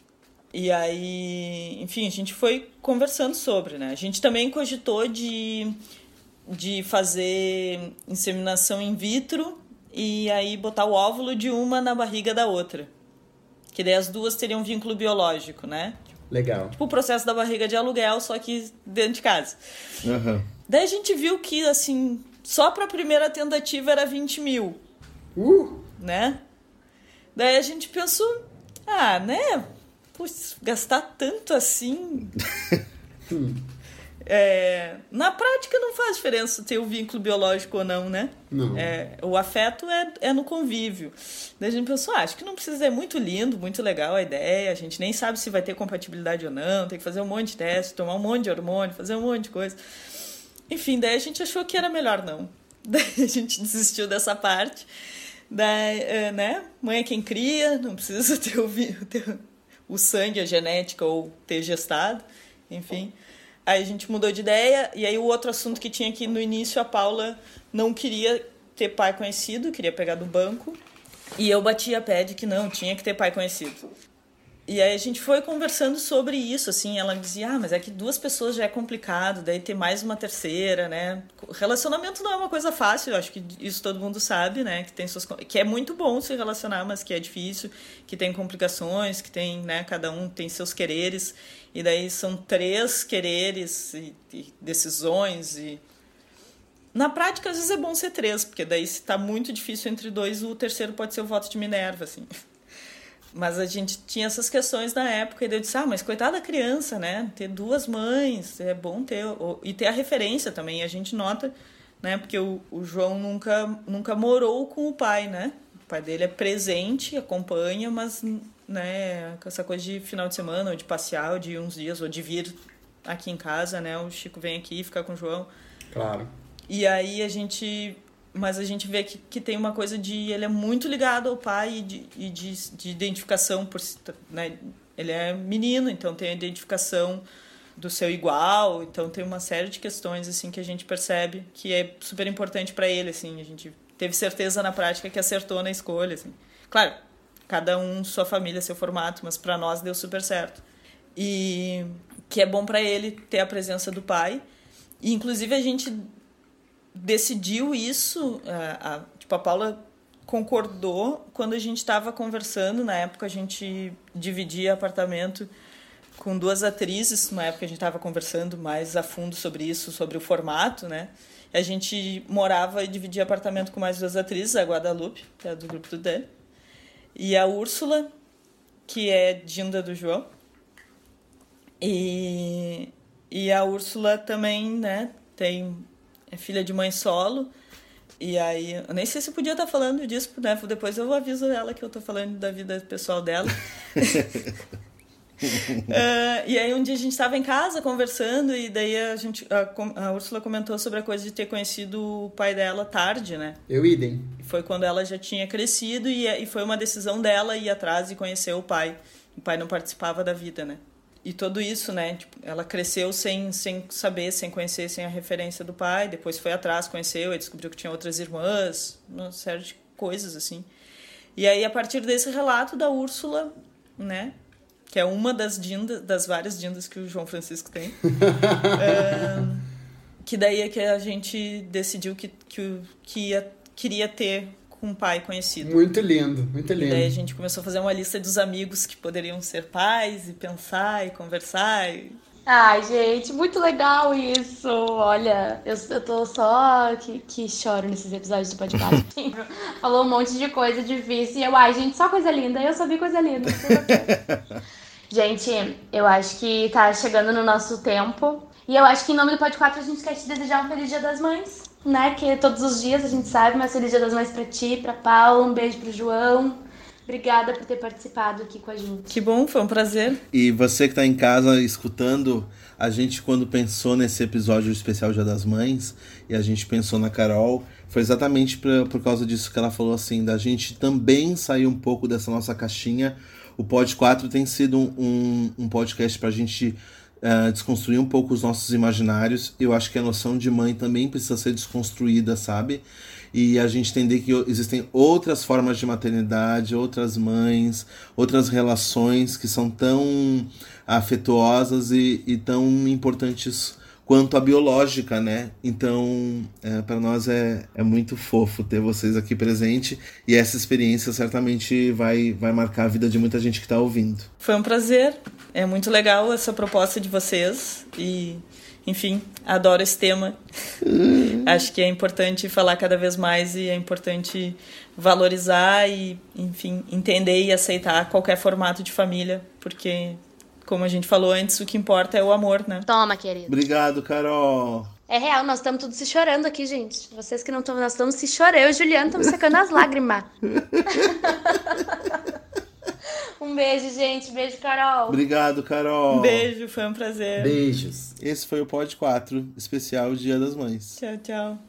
E aí, enfim, a gente foi conversando sobre, né? A gente também cogitou de, de fazer inseminação in vitro e aí botar o óvulo de uma na barriga da outra. Que daí as duas teriam vínculo biológico, né? Legal. Tipo o processo da barriga de aluguel, só que dentro de casa. Uhum. Daí a gente viu que, assim, só para a primeira tentativa era vinte mil. Uh! Né? Daí a gente pensou, ah, né... Putz, gastar tanto assim... é, na prática não faz diferença ter o vínculo biológico ou não, né? Não. É, o afeto é, é no convívio. Daí a gente pensou, ah, acho que não precisa, é muito lindo, muito legal a ideia, a gente nem sabe se vai ter compatibilidade ou não, tem que fazer um monte de teste, tomar um monte de hormônio, fazer um monte de coisa. Enfim, daí a gente achou que era melhor não. Daí a gente desistiu dessa parte. Daí, é, né? Mãe é quem cria, não precisa ter o, ter o sangue, a genética ou ter gestado, enfim. Aí a gente mudou de ideia, e aí o outro assunto que tinha aqui no início, a Paula não queria ter pai conhecido, queria pegar do banco, e eu batia a pé de que não, tinha que ter pai conhecido. E aí a gente foi conversando sobre isso, assim, ela dizia, ah, mas é que duas pessoas já é complicado, daí ter mais uma terceira, né? Relacionamento não é uma coisa fácil, eu acho que isso todo mundo sabe, né? Que, tem suas, que é muito bom se relacionar, mas que é difícil, que tem complicações, que tem, né, cada um tem seus quereres, e daí são três quereres e, e decisões, e... Na prática, às vezes é bom ser três, porque daí se tá muito difícil entre dois, o terceiro pode ser o voto de Minerva, assim... Mas a gente tinha essas questões na época, e eu disse, ah, mas coitada da criança, né? Ter duas mães, é bom ter... E ter a referência também, a gente nota, né? Porque o, o João nunca, nunca morou com o pai, né? O pai dele é presente, acompanha, mas, né? Com essa coisa de final de semana, ou de passear, ou de ir uns dias, ou de vir aqui em casa, né? O Chico vem aqui e fica com o João. Claro. E aí a gente... Mas a gente vê que, que tem uma coisa de... Ele é muito ligado ao pai e de, e de, de identificação, por, né? Ele é menino, então tem a identificação do seu igual, então tem uma série de questões assim, que a gente percebe que é super importante para ele. Assim, a gente teve certeza na prática que acertou na escolha. Assim. Claro, cada um, sua família, seu formato, mas para nós deu super certo. E que é bom para ele ter a presença do pai. E, inclusive, a gente... decidiu isso, a, a, tipo, a Paula concordou quando a gente estava conversando, na época a gente dividia apartamento com duas atrizes, na época a gente estava conversando mais a fundo sobre isso, sobre o formato, né? A gente morava e dividia apartamento com mais duas atrizes, a Guadalupe, que é do grupo do dele, e a Úrsula, que é Dinda do João, e, e a Úrsula também, né, tem... é filha de mãe solo, e aí, eu nem sei se podia estar falando disso, né? Depois eu aviso ela que eu estou falando da vida pessoal dela. uh, e aí um dia a gente estava em casa conversando, e daí a, gente, a, a Úrsula comentou sobre a coisa de ter conhecido o pai dela tarde, né? Eu idem. Foi quando ela já tinha crescido, e, e foi uma decisão dela ir atrás e conhecer o pai. O pai não participava da vida, né? E tudo isso, né? Tipo, ela cresceu sem, sem saber, sem conhecer, sem a referência do pai. Depois foi atrás, conheceu e descobriu que tinha outras irmãs, uma série de coisas, assim. E aí, a partir desse relato da Úrsula, né? Que é uma das dindas, das várias dindas que o João Francisco tem. é, que daí é que a gente decidiu que, que, que ia, queria ter com um pai conhecido. Muito lindo, muito lindo. E daí a gente começou a fazer uma lista dos amigos que poderiam ser pais, e pensar, e conversar. E... Ai, gente, muito legal isso. Olha, eu, eu tô só que, que choro nesses episódios do podcast. Falou um monte de coisa difícil. E eu, ai, gente, só coisa linda. Eu só vi coisa linda. Gente, eu acho que tá chegando no nosso tempo. E eu acho que em nome do Pod quatro a gente quer te desejar um feliz Dia das Mães. Né, que todos os dias a gente sabe, mas feliz Dia das Mães pra ti, pra Paula, um beijo pro João. Obrigada por ter participado aqui com a gente. Que bom, foi um prazer. E você que tá em casa escutando, a gente quando pensou nesse episódio especial Dia das Mães, e a gente pensou na Carol, foi exatamente pra, por causa disso que ela falou, assim, da gente também sair um pouco dessa nossa caixinha. O Pod quatro tem sido um, um podcast pra gente... Uh, desconstruir um pouco os nossos imaginários. Eu acho que a noção de mãe também precisa ser desconstruída, sabe? E a gente entender que existem outras formas de maternidade, outras mães, outras relações que são tão afetuosas e, e tão importantes quanto a biológica, né? Então, é, para nós é, é muito fofo ter vocês aqui presente, e essa experiência certamente vai, vai marcar a vida de muita gente que está ouvindo. Foi um prazer, é muito legal essa proposta de vocês, e, enfim, adoro esse tema. Uhum. Acho que é importante falar cada vez mais, e é importante valorizar e, enfim, entender e aceitar qualquer formato de família, porque... Como a gente falou antes, o que importa é o amor, né? Toma, querido. Obrigado, Carol. É real, nós estamos todos se chorando aqui, gente. Vocês que não estão, nós estamos se chorando. Eu e o Juliano estamos secando as lágrimas. Um beijo, gente. Beijo, Carol. Obrigado, Carol. Um beijo, foi um prazer. Beijos. Esse foi o Pod quatro, especial Dia das Mães. Tchau, tchau.